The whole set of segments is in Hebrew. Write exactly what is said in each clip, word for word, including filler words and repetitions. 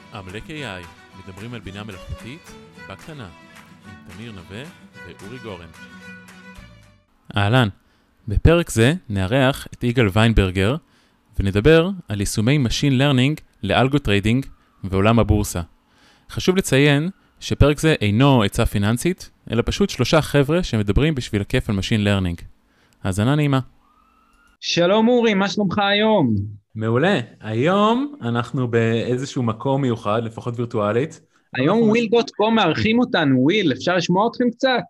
עמלק איי איי, מדברים על בינה מלאכותית בקטנה, עם תמיר נווה ואורי גורן. אהלן, בפרק זה נארח את יגאל ויינברגר, ונדבר על יישומי Machine Learning לאלגו טריידינג ועולם הבורסה. חשוב לציין שפרק זה אינו עצה פיננסית, אלא פשוט שלושה חבר'ה שמדברים בשביל הכיף על Machine Learning. האזנה נעימה. שלום אורי, מה שלומך היום? מעולה. היום אנחנו באיזשהו מקום מיוחד, לפחות וירטואלית. היום וויל דוט קום מארחים אותנו. וויל, אפשר לשמוע אתכם קצת?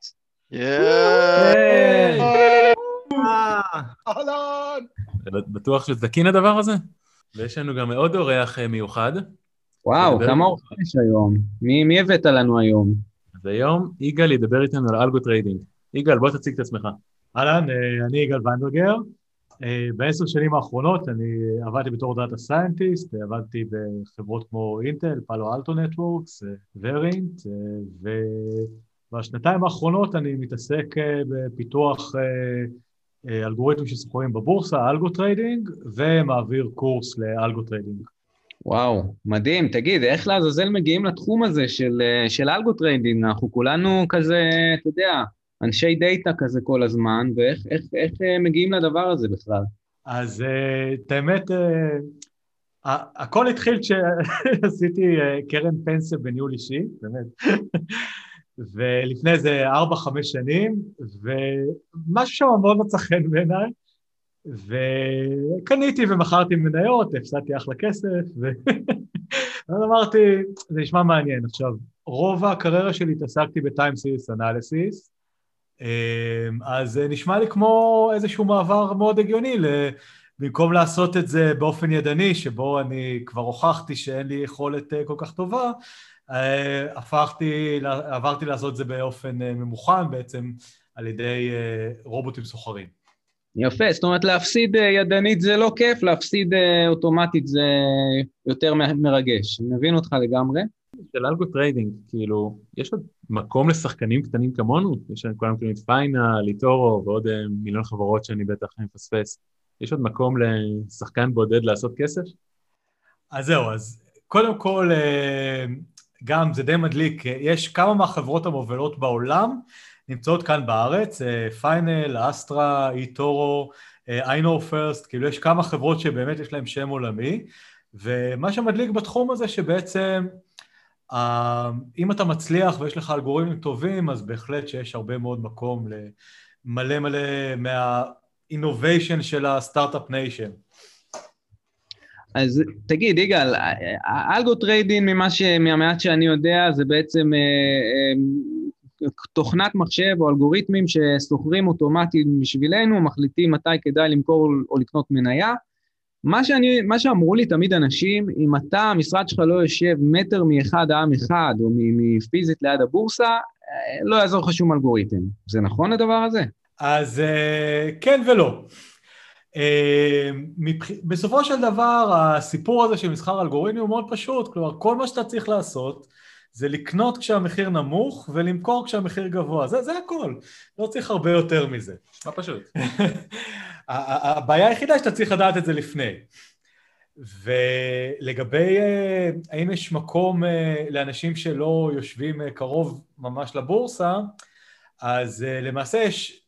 אהלן! בטוח שתקין הדבר הזה? ויש לנו גם עוד אורח מיוחד. וואו, כמה אורחים יש היום? מי הבאת לנו היום? אז היום יגאל ידבר איתנו על אלגו טריידינג. יגאל, בוא תציג את עצמך. אהלן, אני יגאל ויינברגר. בעשר שנים האחרונות אני עבדתי בתור דאטה סיינטיסט, עבדתי בחברות כמו אינטל, פאלו אלטו נטוורקס, ורינט, ובשנתיים האחרונות אני מתעסק בפיתוח אלגוריתמים שסוחרים בבורסה, אלגו טריידינג, ומעביר קורס לאלגו טריידינג. וואו, מדהים. תגיד, איך לעזאזל מגיעים לתחום הזה של, של אלגו טריידינג? אנחנו כולנו כזה, אתה יודע, אנשי דאטה כזה כל הזמן, ואיך איך, איך מגיעים לדבר הזה בכלל? אז את האמת, הכל התחיל כשעשיתי קרן פנסיה בניהול אישי, באמת, ולפני זה ארבע, חמש שנים, ומשהו שם מאוד מצא חן בעיניי, וקניתי ומכרתי מניות, הפסדתי אחלה כסף, ואז אמרתי, זה נשמע מעניין. עכשיו, רוב הקריירה שלי התעסקתי ב-Time Series Analysis, אז נשמע לי כמו איזשהו מעבר מאוד הגיוני, במקום לעשות את זה באופן ידני, שבו אני כבר הוכחתי שאין לי יכולת כל כך טובה, הפכתי, עברתי לעשות את זה באופן ממוכן, בעצם על ידי רובוטים סוחרים. יפה, זאת אומרת להפסיד ידנית זה לא כיף, להפסיד אוטומטית זה יותר מרגש. אני מבין אותך לגמרי. של אלגו טריידינג, כאילו, יש עוד מקום לשחקנים קטנים כמונו? יש כולם קוראים את פיינל, ליטורו, ועוד מיליון חברות שאני בטח מפספס. יש עוד מקום לשחקן בודד לעשות כסף? אז זהו, אז קודם כל, גם זה די מדליק, יש כמה מהחברות המובילות בעולם, נמצאות כאן בארץ, פיינל, אסטרה, איטורו, I know first, כאילו יש כמה חברות שבאמת יש להם שם עולמי, ומה שמדליק בתחום הזה שבעצם, אם אתה מצליח ויש לך אלגוריתמים טובים, אז בהחלט שיש הרבה מאוד מקום למלא מלא מה-innovation של הסטארט-אפ ניישן. אז תגיד, יגאל, אלגו טריידינג מהמעט שאני יודע, זה בעצם תוכנת מחשב או אלגוריתמים שסוחרים אוטומטית בשבילנו, מחליטים מתי כדאי למכור או לקנות מניה. מה שאני, מה שאמרו לי תמיד אנשים, אם אתה, המשרד שלך לא יושב מטר מאחד העם אחד, או מפיזית ליד הבורסה, לא יעזור לך שום אלגוריתם. זה נכון הדבר הזה? אז כן ולא. בסופו של דבר, הסיפור הזה של מסחר אלגוריתמי הוא מאוד פשוט, כלומר, כל מה שאתה צריך לעשות, זה לקנות כשהמחיר נמוך, ולמכור כשהמחיר גבוה. זה, זה הכל. לא צריך הרבה יותר מזה. מה פשוט? הבעיה היחידה שאתה צריך לדעת את זה לפני. ולגבי האם יש מקום לאנשים שלא יושבים קרוב ממש לבורסה, אז למעשה יש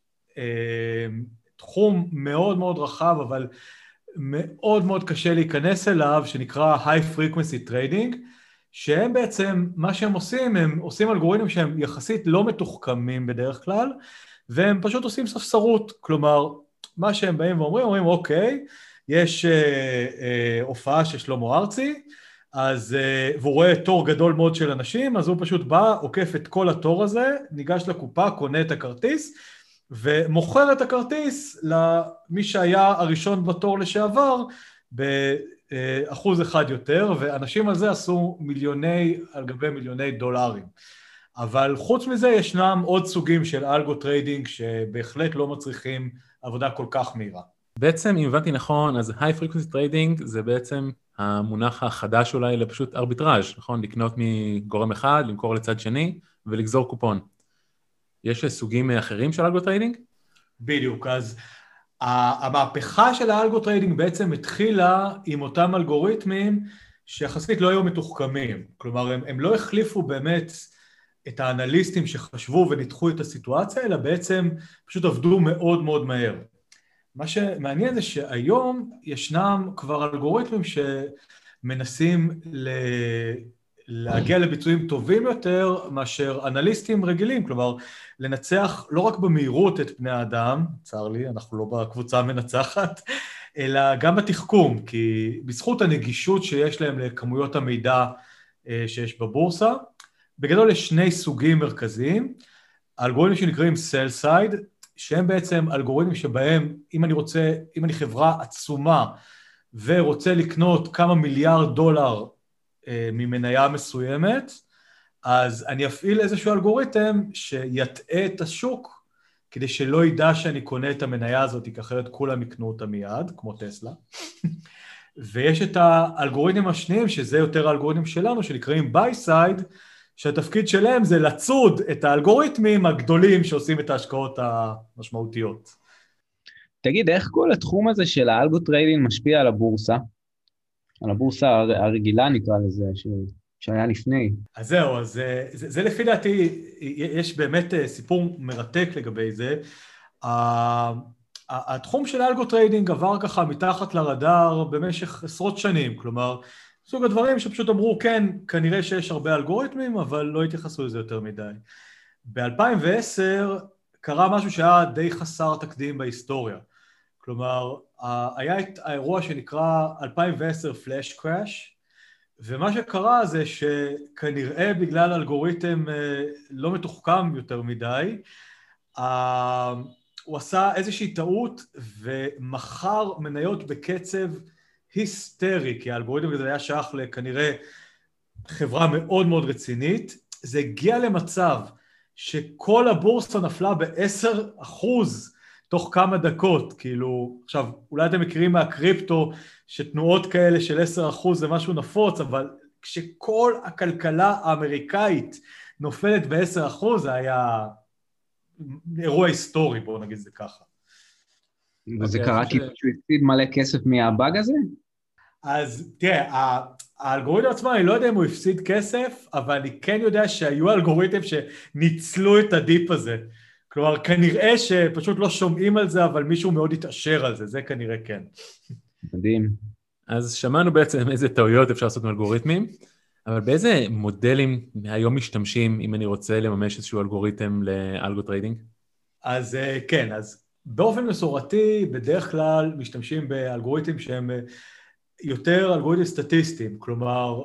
תחום מאוד מאוד רחב, אבל מאוד מאוד קשה להיכנס אליו, שנקרא High Frequency Trading, שהם בעצם, מה שהם עושים, הם עושים אלגוריתמים שהם יחסית לא מתוחכמים בדרך כלל, והם פשוט עושים ספסרות, כלומר, מה שהם באים ואומרים, אומרים, אוקיי, יש אה, אה, הופעה של שלמה ארצי, אז, אה, והוא רואה תור גדול מאוד של אנשים, אז הוא פשוט בא, עוקף את כל התור הזה, ניגש לקופה, קונה את הכרטיס, ומוכר את הכרטיס למי שהיה הראשון בתור לשעבר, באחוז אחד יותר, ואנשים על זה עשו מיליוני, על גבי מיליוני דולרים. אבל חוץ מזה ישנם עוד סוגים של אלגו טריידינג, שבהחלט לא מצריכים עבודה כל כך מהירה. בעצם, אם הבנתי נכון, אז High Frequency Trading זה בעצם המונח החדש אולי לפשוט ארביטראז', נכון? לקנות מגורם אחד, למכור לצד שני, ולגזור קופון. יש סוגים אחרים של אלגו טריידינג? בדיוק, אז המהפכה של האלגו טריידינג בעצם התחילה עם אותם אלגוריתמים שיחסית לא היו מתוחכמים. כלומר, הם, הם לא החליפו באמת את האנליסטים שחשבו וניתחו את הסיטואציה, אלא בעצם פשוט עבדו מאוד מאוד מהר. מה שמעניין זה שהיום ישנם כבר אלגוריתמים שמנסים ל... להגיע לביצועים טובים יותר מאשר אנליסטים רגילים, כלומר, לנצח לא רק במהירות את בני האדם, צר לי, אנחנו לא בקבוצה המנצחת, אלא גם בתחכום, כי בזכות הנגישות שיש להם לכמויות המידע שיש בבורסה, בגדול יש שני סוגים מרכזיים, האלגוריתמים שנקראים sell side, שהם בעצם אלגוריתמים שבהם, אם אני רוצה, אם אני חברה עצומה, ורוצה לקנות כמה מיליארד דולר אה, ממניה מסוימת, אז אני אפעיל איזשהו אלגוריתם שיטעה את השוק, כדי שלא ידע שאני קונה את המניה הזאת, כי אחרת כולם יקנו אותה מיד, כמו טסלה. ויש את האלגוריתמים השניים, שזה יותר האלגוריתמים שלנו, שנקראים buy side, שהתפקיד שלהם זה לצוד את האלגוריתמים הגדולים שעושים את ההשקעות המשמעותיות. תגיד, איך כל התחום הזה של האלגו טריידינג משפיע על הבורסה? על הבורסה הרגילה נקרא לזה, ש... שהיה לפני. אז זהו, אז זה, זה, זה לפי דעתי, יש באמת סיפור מרתק לגבי זה. התחום של האלגו טריידינג עבר ככה מתחת לרדאר במשך עשרות שנים, כלומר, סוג הדברים שפשוט אמרו, כן, כנראה שיש הרבה אלגוריתמים, אבל לא התייחסו לזה יותר מדי. ב-אלפיים ועשר קרה משהו שהיה די חסר תקדים בהיסטוריה. כלומר, היה את האירוע שנקרא אלפיים ועשר פלאש קראש, ומה שקרה זה שכנראה בגלל אלגוריתם לא מתוחכם יותר מדי, הוא עשה איזושהי טעות ומכר מניות בקצב היסטרי, כי האלגוריתם הזה היה שייך לכנראה חברה מאוד מאוד רצינית. זה הגיע למצב שכל הבורסה נפלה ב-עשרה אחוז תוך כמה דקות, כאילו, עכשיו, אולי אתם מכירים מהקריפטו שתנועות כאלה של עשרה אחוז זה משהו נפוץ, אבל כשכל הכלכלה האמריקאית נופלת ב-עשרה אחוז, זה היה אירוע היסטורי, בואו נגיד זה ככה. וזה קרה כי שהוא הפסיד מלא כסף מהבאג הזה? אז תראה, האלגוריתם עצמה, אני לא יודע אם הוא הפסיד כסף, אבל אני כן יודע שהיו אלגוריתם שניצלו את הדיפ הזה. כלומר, כנראה שפשוט לא שומעים על זה, אבל מישהו מאוד יתאשר על זה, זה כנראה כן. מדהים. אז שמענו בעצם איזה טעויות אפשר לעשות עם אלגוריתמים, אבל באיזה מודלים היום משתמשים אם אני רוצה לממש איזשהו אלגוריתם לאלגו טריידינג? אז כן, אז באופן מסורתי, בדרך כלל משתמשים באלגוריתמים שהם יותר אלגוריתמים סטטיסטיים, כלומר,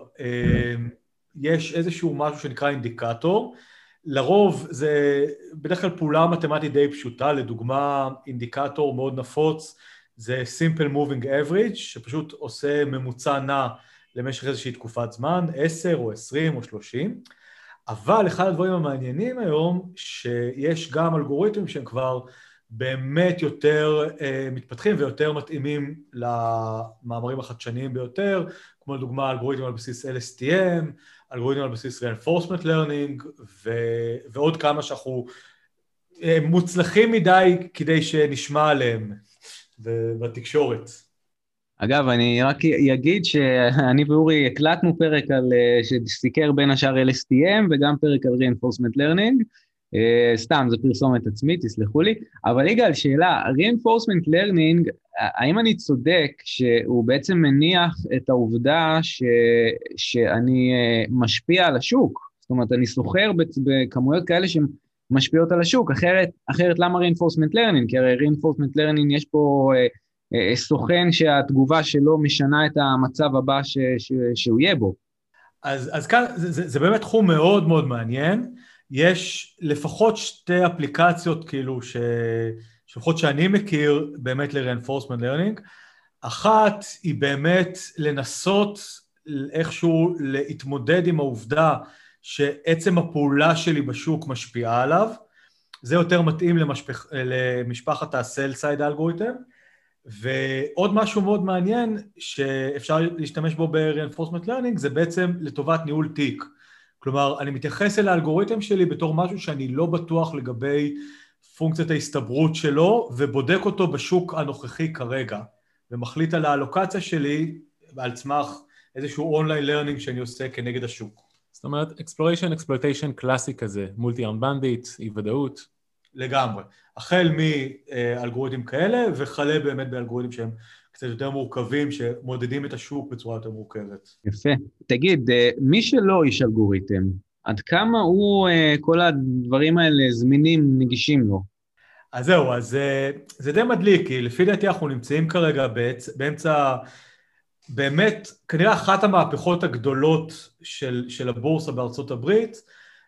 יש איזשהו משהו שנקרא אינדיקטור, לרוב זה בדרך כלל פעולה מתמטית די פשוטה, לדוגמה אינדיקטור מאוד נפוץ, זה simple moving average, שפשוט עושה ממוצע נע למשך איזושהי תקופת זמן, עשר או עשרים או שלושים, אבל אחד הדברים המעניינים היום, שיש גם אלגוריתמים שהם כבר באמת יותר אה, מתפתחים ויותר מתאימים למאמרים החדשניים ביותר, כמו לדוגמה אלגוריתמים על בסיס אל אס טי אם, אלגוריתמים על בסיס reinforcement learning, ו- ועוד כמה שאנחנו אה, מוצלחים מדי כדי שנשמע עליהם בתקשורת. אגב, אני רק אגיד שאני ואורי הקלטנו פרק על, שסיקר בין השאר אל אס טי אם וגם פרק על reinforcement learning, סתם, זה פרסומת עצמית, תסלחו לי, אבל יגאל, שאלה, reinforcement learning, האם אני צודק שהוא בעצם מניח את העובדה ש, שאני משפיע על השוק? זאת אומרת, אני סוחר בכמויות כאלה שמשפיעות על השוק, אחרת, אחרת למה reinforcement learning? כי הרי reinforcement learning יש פה סוכן שהתגובה שלו משנה את המצב הבא ש, ש, שהוא יהיה בו. אז, אז כאן, זה, זה, זה באמת תחום מאוד מאוד מעניין, יש לפחות שתי אפליקציות כאילו ש... שלפחות שאני מכיר באמת ל-reinforcement learning, אחת היא באמת לנסות איכשהו להתמודד עם העובדה שעצם הפעולה שלי בשוק משפיעה עליו, זה יותר מתאים למשפח... למשפחת ה-sell side algorithm, ועוד משהו מאוד מעניין שאפשר להשתמש בו ב-reinforcement learning, זה בעצם לטובת ניהול תיק. כלומר, אני מתייחס אל האלגוריתם שלי בתור משהו שאני לא בטוח לגבי פונקציית ההסתברות שלו, ובודק אותו בשוק הנוכחי כרגע, ומחליט על האלוקציה שלי על סמך איזשהו אונליין לרנינג שאני עושה כנגד השוק. זאת אומרת, exploration, exploitation קלאסי כזה, מולטי-ארם בנדיט, אי ודאות. לגמרי. החל מאלגוריתמים כאלה, וכלה באמת באלגוריתמים שהם קצת יותר מורכבים, שמודדים את השוק בצורה יותר מורכבת. יפה. תגיד, מי שלא איש אלגוריתם, עד כמה הוא, כל הדברים האלה זמינים, נגישים לו? אז זהו, אז זה די מדליק, כי לפי דעתי אנחנו נמצאים כרגע באמצע, באמת, כנראה אחת המהפכות הגדולות של, של הבורסה בארצות הברית,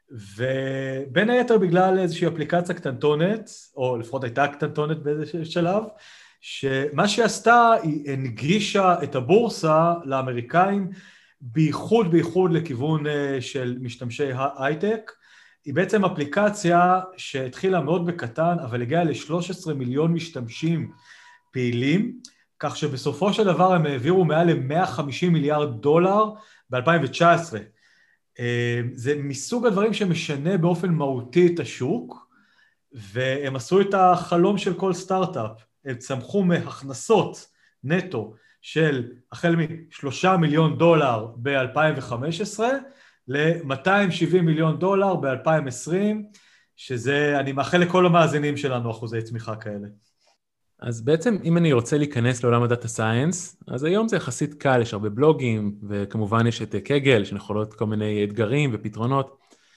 ובין היתר בגלל איזושהי אפליקציה קטנטונת, או לפחות הייתה קטנטונת באיזשהו שלב, שמה שהיא עשתה, היא הנגישה את הבורסה לאמריקאים, בייחוד בייחוד לכיוון של משתמשי הייטק. היא בעצם אפליקציה שהתחילה מאוד בקטן, אבל הגיעה ל-שלושה עשר מיליון משתמשים פעילים, כך שבסופו של דבר הם העבירו מעל ל-מאה וחמישים מיליארד דולר ב-אלפיים תשע עשרה. זה מסוג הדברים שמשנה באופן מהותי את השוק, והם עשו את החלום של כל סטארט-אפ. הם צמחו מהכנסות נטו של החל מ-שלושה מיליון דולר ב-אלפיים וחמש עשרה, ל-מאתיים שבעים מיליון דולר ב-אלפיים עשרים, שזה, אני מאחל לכל המאזינים שלנו אחוזי צמיחה כאלה. אז בעצם אם אני רוצה להיכנס לעולם הדאטה סיינס, אז היום זה יחסית קל, יש הרבה בלוגים, וכמובן יש את קגל, שנכולות כל מיני אתגרים ופתרונות.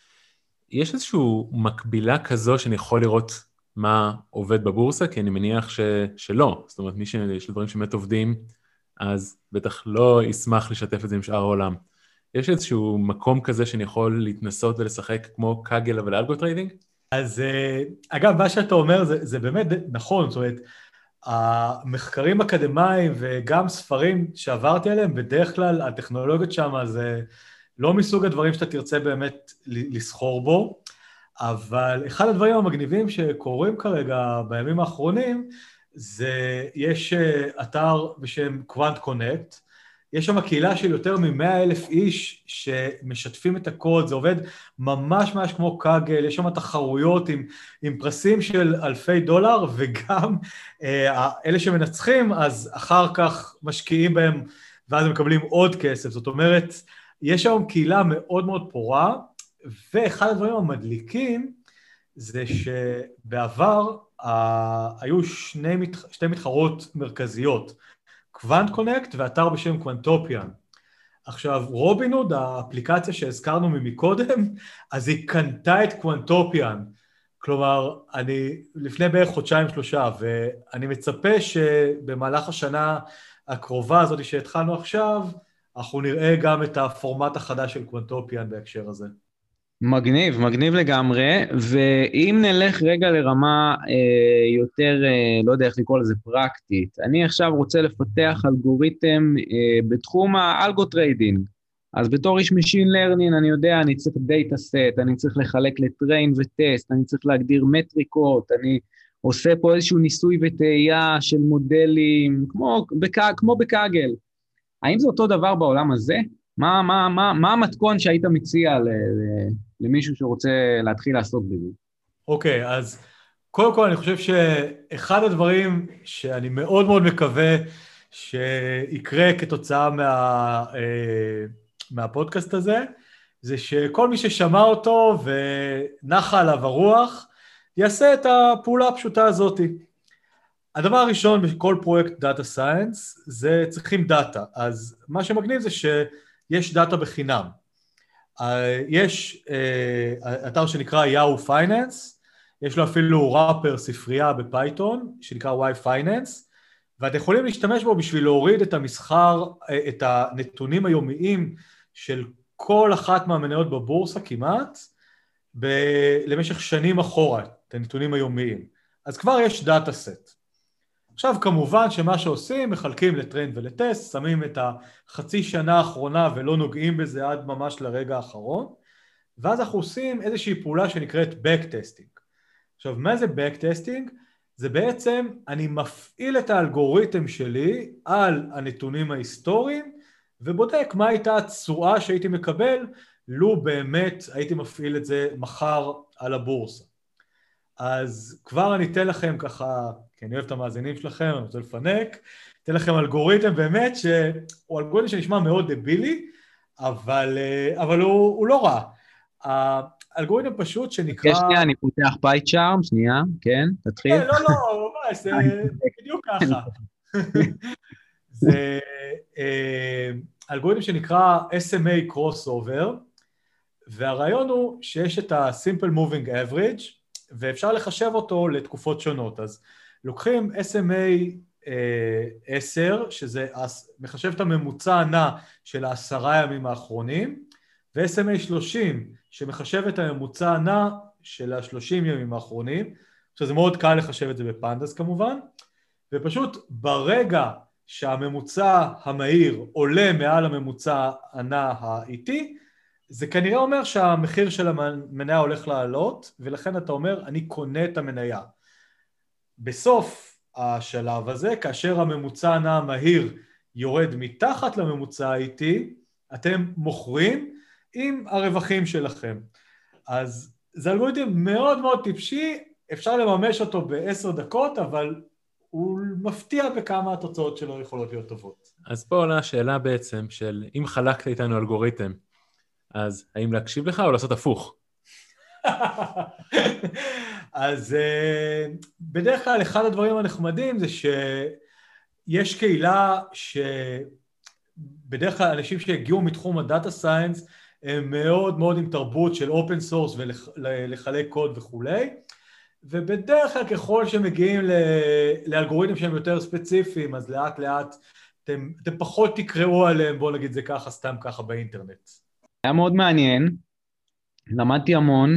יש איזושהי מקבילה כזו שאני יכול לראות מה עובד בבורסה, כי אני מניח ש... שלא. זאת אומרת, מי שיש דברים שבאמת עובדים, אז בטח לא ישמח לשתף את זה עם שאר העולם. יש איזשהו מקום כזה שאני יכול להתנסות ולשחק כמו קגל אבל אלגו טריידינג? אז אגב, מה שאתה אומר זה, זה באמת נכון, זאת אומרת, המחקרים אקדמיים וגם ספרים שעברתי עליהם, בדרך כלל הטכנולוגיות שם זה לא מסוג הדברים שאתה תרצה באמת לסחור בו, אבל אחד הדברים המגניבים שקורים כרגע בימים האחרונים, זה יש אתר בשם קוואנט קונקט, יש שם קהילה של יותר מ-מאה אלף איש שמשתפים את הקוד, זה עובד ממש ממש כמו קגל, יש שם תחרויות עם, עם פרסים של אלפי דולר, וגם אה, אלה שמנצחים, אז אחר כך משקיעים בהם, ואז הם מקבלים עוד כסף. זאת אומרת, יש שם קהילה מאוד מאוד פורה, ואחד הדברים המדליקים, זה שבעבר אה, היו שני, שתי מתחרות מרכזיות, קוואנט קונקט ואתר בשם קוונטופיאן. עכשיו, רובינהוד, האפליקציה שהזכרנו ממקודם, אז היא קנתה את קוונטופיאן. כלומר, אני לפני בערך חודשיים שלושה, ואני מצפה שבמהלך השנה הקרובה הזאת שהתחלנו עכשיו, אנחנו נראה גם את הפורמט החדש של קוונטופיאן בהקשר הזה. מגניב, מגניב לגמרי, ואם נלך רגע לרמה אה, יותר, אה, לא יודע איך לקרוא לזה פרקטית, אני עכשיו רוצה לפתח אלגוריתם אה, בתחום האלגו טריידינג, אז בתור איש משין לרנינג אני יודע, אני צריך דאטה סט, אני צריך לחלק לטריין וטסט, אני צריך להגדיר מטריקות, אני עושה פה איזשהו ניסוי וטעייה של מודלים, כמו, בק, כמו בקגל. האם זה אותו דבר בעולם הזה? מה, מה, מה, מה המתכון שהיית מציע ל, ל, למישהו שרוצה להתחיל לעסוק בזה? אוקיי, אז קודם כל אני חושב שאחד הדברים שאני מאוד מאוד מקווה שיקרה כתוצאה מה, מהפודקאסט הזה, זה שכל מי ששמע אותו ונחה עליו הרוח, יעשה את הפעולה הפשוטה הזאת. הדבר הראשון בכל פרויקט דאטה סיינס זה צריכים דאטה, אז מה שמגניב זה שיש דאטה בחינם. יש אתר שנקרא יאו פייננס, יש לו אפילו ראפר ספרייה בפייתון שנקרא וואי פייננס, ואתם יכולים להשתמש בו בשביל להוריד את המסחר, את הנתונים היומיים של כל אחת מהמניות בבורסה כמעט, ב- למשך שנים אחורה, את הנתונים היומיים. אז כבר יש דאטה סט. עכשיו כמובן שמה שעושים, מחלקים לטרנד ולטסט, שמים את החצי שנה האחרונה ולא נוגעים בזה עד ממש לרגע האחרון, ואז אנחנו עושים איזושהי פעולה שנקראת backtasting. עכשיו מה זה backtasting? זה בעצם אני מפעיל את האלגוריתם שלי על הנתונים ההיסטוריים, ובודק מה הייתה התשואה שהייתי מקבל, לו באמת הייתי מפעיל את זה מחר על הבורסה. אז כבר אני אתן לכם ככה, כי אני אוהב את המאזינים שלכם, אני רוצה לפנק, אתן לכם אלגוריתם באמת, שהוא אלגוריתם שנשמע מאוד דבילי, אבל, אבל הוא, הוא לא רע. האלגוריתם פשוט שנקרא... יש שנייה, אני פותח פאי צ'ארם, שנייה, כן, תתחיל. לא, לא, ממש, זה בדיוק ככה. זה אלגוריתם שנקרא אס אם איי crossover, והרעיון הוא שיש את ה-simple moving average, ואפשר לחשב אותו לתקופות שונות. אז לוקחים אס אם איי עשר, שזה מחשב את הממוצע הנע של העשרה ימים האחרונים, ו-אס אם איי שלושים, שמחשב את הממוצע הנע של השלושים ימים האחרונים, שזה מאוד קל לחשב את זה בפנדס כמובן, ופשוט ברגע שהממוצע המהיר עולה מעל הממוצע הנע האיטי, זה כנראה אומר שהמחיר של המניה הולך לעלות, ולכן אתה אומר, אני קונה את המניה. בסוף השלב הזה, כאשר הממוצע הנע המהיר יורד מתחת לממוצע האיטי, אתם מוכרים עם הרווחים שלכם. אז זה אלגוריתם מאוד מאוד טיפשי, אפשר לממש אותו בעשר דקות, אבל הוא מפתיע בכמה התוצאות שלו יכולות להיות טובות. אז פה עולה השאלה בעצם של אם חלקת איתנו אלגוריתם, אז האם להקשיב לך או לעשות הפוך? אז uh, בדרך כלל אחד הדברים הנחמדים זה שיש קהילה שבדרך כלל אנשים שהגיעו מתחום הדאטה סיינס הם מאוד מאוד עם תרבות של אופן סורס ולחלק קוד וכולי, ובדרך כלל ככל שמגיעים לאלגוריתמים שהם יותר ספציפיים, אז לאט לאט אתם, אתם פחות תקראו עליהם, בואו נגיד זה ככה, סתם ככה באינטרנט. היה מאוד מעניין, למדתי המון,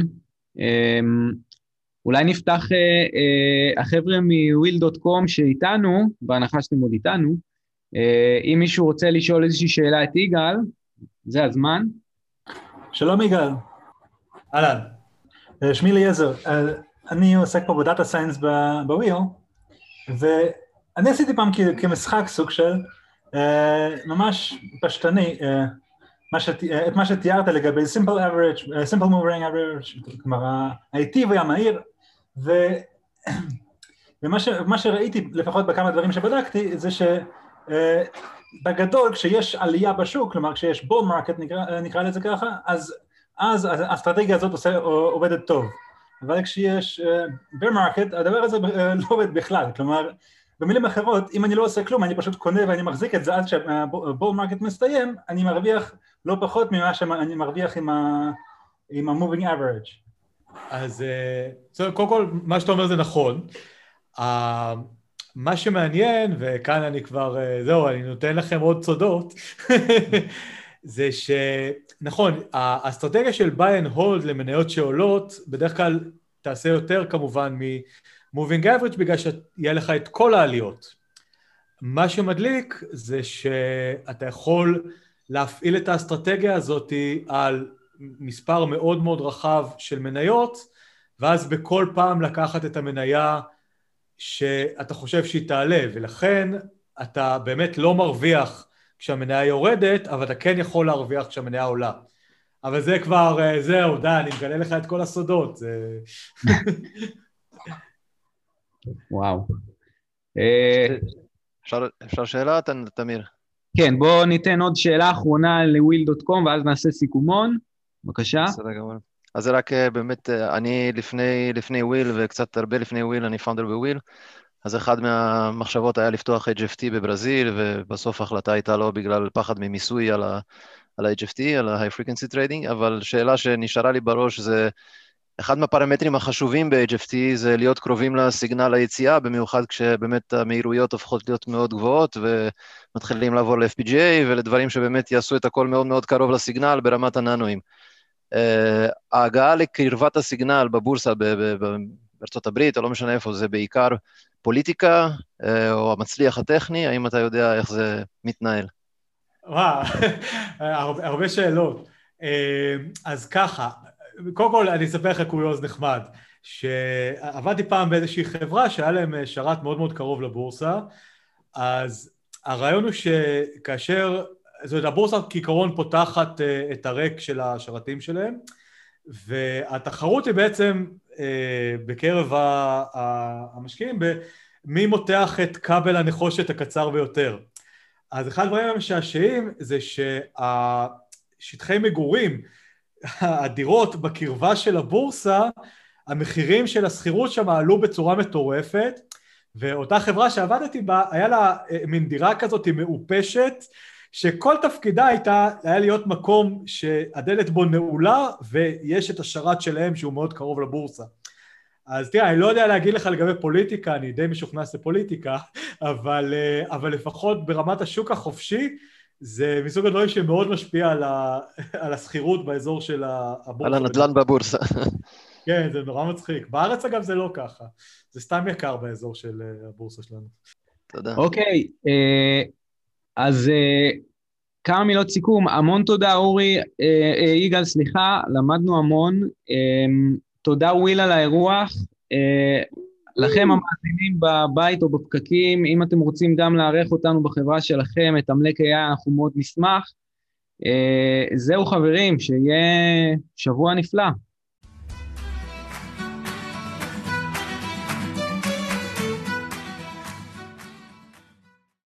אולי נפתח החבר'ה מ-וויל דוט קום שאיתנו, בהנחה שאתם עוד איתנו, אם מישהו רוצה לשאול איזושהי שאלה את יגאל, זה הזמן. שלום יגאל. אהלן. שמי אליעזר, אני עוסק פה בדאטה סיינס בוויל, ואני עשיתי פעם כמשחק סוג של, ממש פשטני, את מה שתיארת לגבי simple average, simple moving average, כלומר האיטי והמהיר, ומה שראיתי לפחות בכמה דברים שבדקתי, זה שבגדול כשיש עלייה בשוק, כלומר כשיש bull market נקרא לזה ככה, אז האסטרטגיה הזאת עובדת טוב, אבל כשיש bear market הדבר הזה לא עובד בכלל, כלומר במילים אחרות, אם אני לא עושה כלום, אני פשוט קונה ואני מחזיק את זה עד שהבול מרקט מסתיים, אני מרוויח לא פחות ממה שאני מרוויח עם ה-moving average. אז קודם כל, מה שאתה אומר זה נכון. מה שמעניין, וכאן אני כבר, זהו, אני נותן לכם עוד סודות, זה שנכון, האסטרטגיה של buy and hold למניות שעולות, בדרך כלל תעשה יותר כמובן מ... moving average בגלל שיהיה לך את כל העליות. מה שמדליק זה שאתה יכול להפעיל את האסטרטגיה הזאת על מספר מאוד מאוד רחב של מניות, ואז בכל פעם לקחת את המניה שאתה חושב שהיא תעלה, ולכן אתה באמת לא מרוויח כשהמניה יורדת, אבל אתה כן יכול להרוויח כשהמניה עולה. אבל זה כבר, זהו, די, אני מגלה לך את כל הסודות. זה... וואו. אפשר, אפשר שאלה, תמיר? כן, בואו ניתן עוד שאלה אחרונה לוויל דוט קום, ואז נעשה סיכומון. בבקשה. בסדר גמור. אז זה רק באמת, אני לפני, לפני וויל, וקצת הרבה לפני וויל, אני פאונדר בוויל, אז אחד מהמחשבות היה לפתוח H F T בברזיל, ובסוף ההחלטה הייתה לא בגלל פחד ממיסוי על ה, על ה-H F T, על ה-High Frequency Trading, אבל שאלה שנשארה לי בראש זה, אחד מהפרמטרים החשובים ב-H F T זה להיות קרובים לסיגנל היציאה, במיוחד כשבאמת המהירויות הופכות להיות מאוד גבוהות, ומתחילים לעבור ל-F P G A, ולדברים שבאמת יעשו את הכל מאוד מאוד קרוב לסיגנל ברמת הננואים. ההגעה לקרבת הסיגנל בבורסה בארצות הברית, או לא משנה איפה, זה בעיקר פוליטיקה, או המצליח הטכני, האם אתה יודע איך זה מתנהל? וואו, הרבה שאלות. אז ככה, קודם כל אני אספר לך קוריוז נחמד, שעבדתי פעם באיזושהי חברה שהיה להם שרת מאוד מאוד קרוב לבורסה, אז הרעיון הוא שכאשר, זאת אומרת, הבורסה כעיקרון פותחת את הרק של השרתים שלהם, והתחרות היא בעצם בקרב המשקיעים במי מותח את כבל הנחושת הקצר ביותר. אז אחד הדברים המשעשעים זה שהשטחי מגורים, הדירות בקרבה של הבורסה, המחירים של הסחירות שם עלו בצורה מטורפת, ואותה חברה שעבדתי בה, היה לה מין דירה כזאת מעופשת, שכל תפקידה הייתה, היה להיות מקום שהדלת בו נעולה, ויש את השרת שלהם שהוא מאוד קרוב לבורסה. אז תראה, אני לא יודע להגיד לך לגבי פוליטיקה, אני די משוכנס לפוליטיקה, אבל, אבל לפחות ברמת השוק החופשי, זה מסוג הדברים שמאוד משפיע על, ה, על הסחירות באזור של הבורסה. על הנדל"ן בבורסה. כן, זה נורא מצחיק. בארץ אגב זה לא ככה. זה סתם יקר באזור של הבורסה שלנו. תודה. אוקיי, אז כמה מילות סיכום. המון תודה אורי, יגאל סליחה, למדנו המון. תודה וויל על האירוח. לכם המאזינים בבית או בפקקים, אם אתם רוצים גם לארח אותנו בחברה שלכם, את עמלק איי איי, אנחנו מאוד נשמח. זהו חברים, שיהיה שבוע נפלא.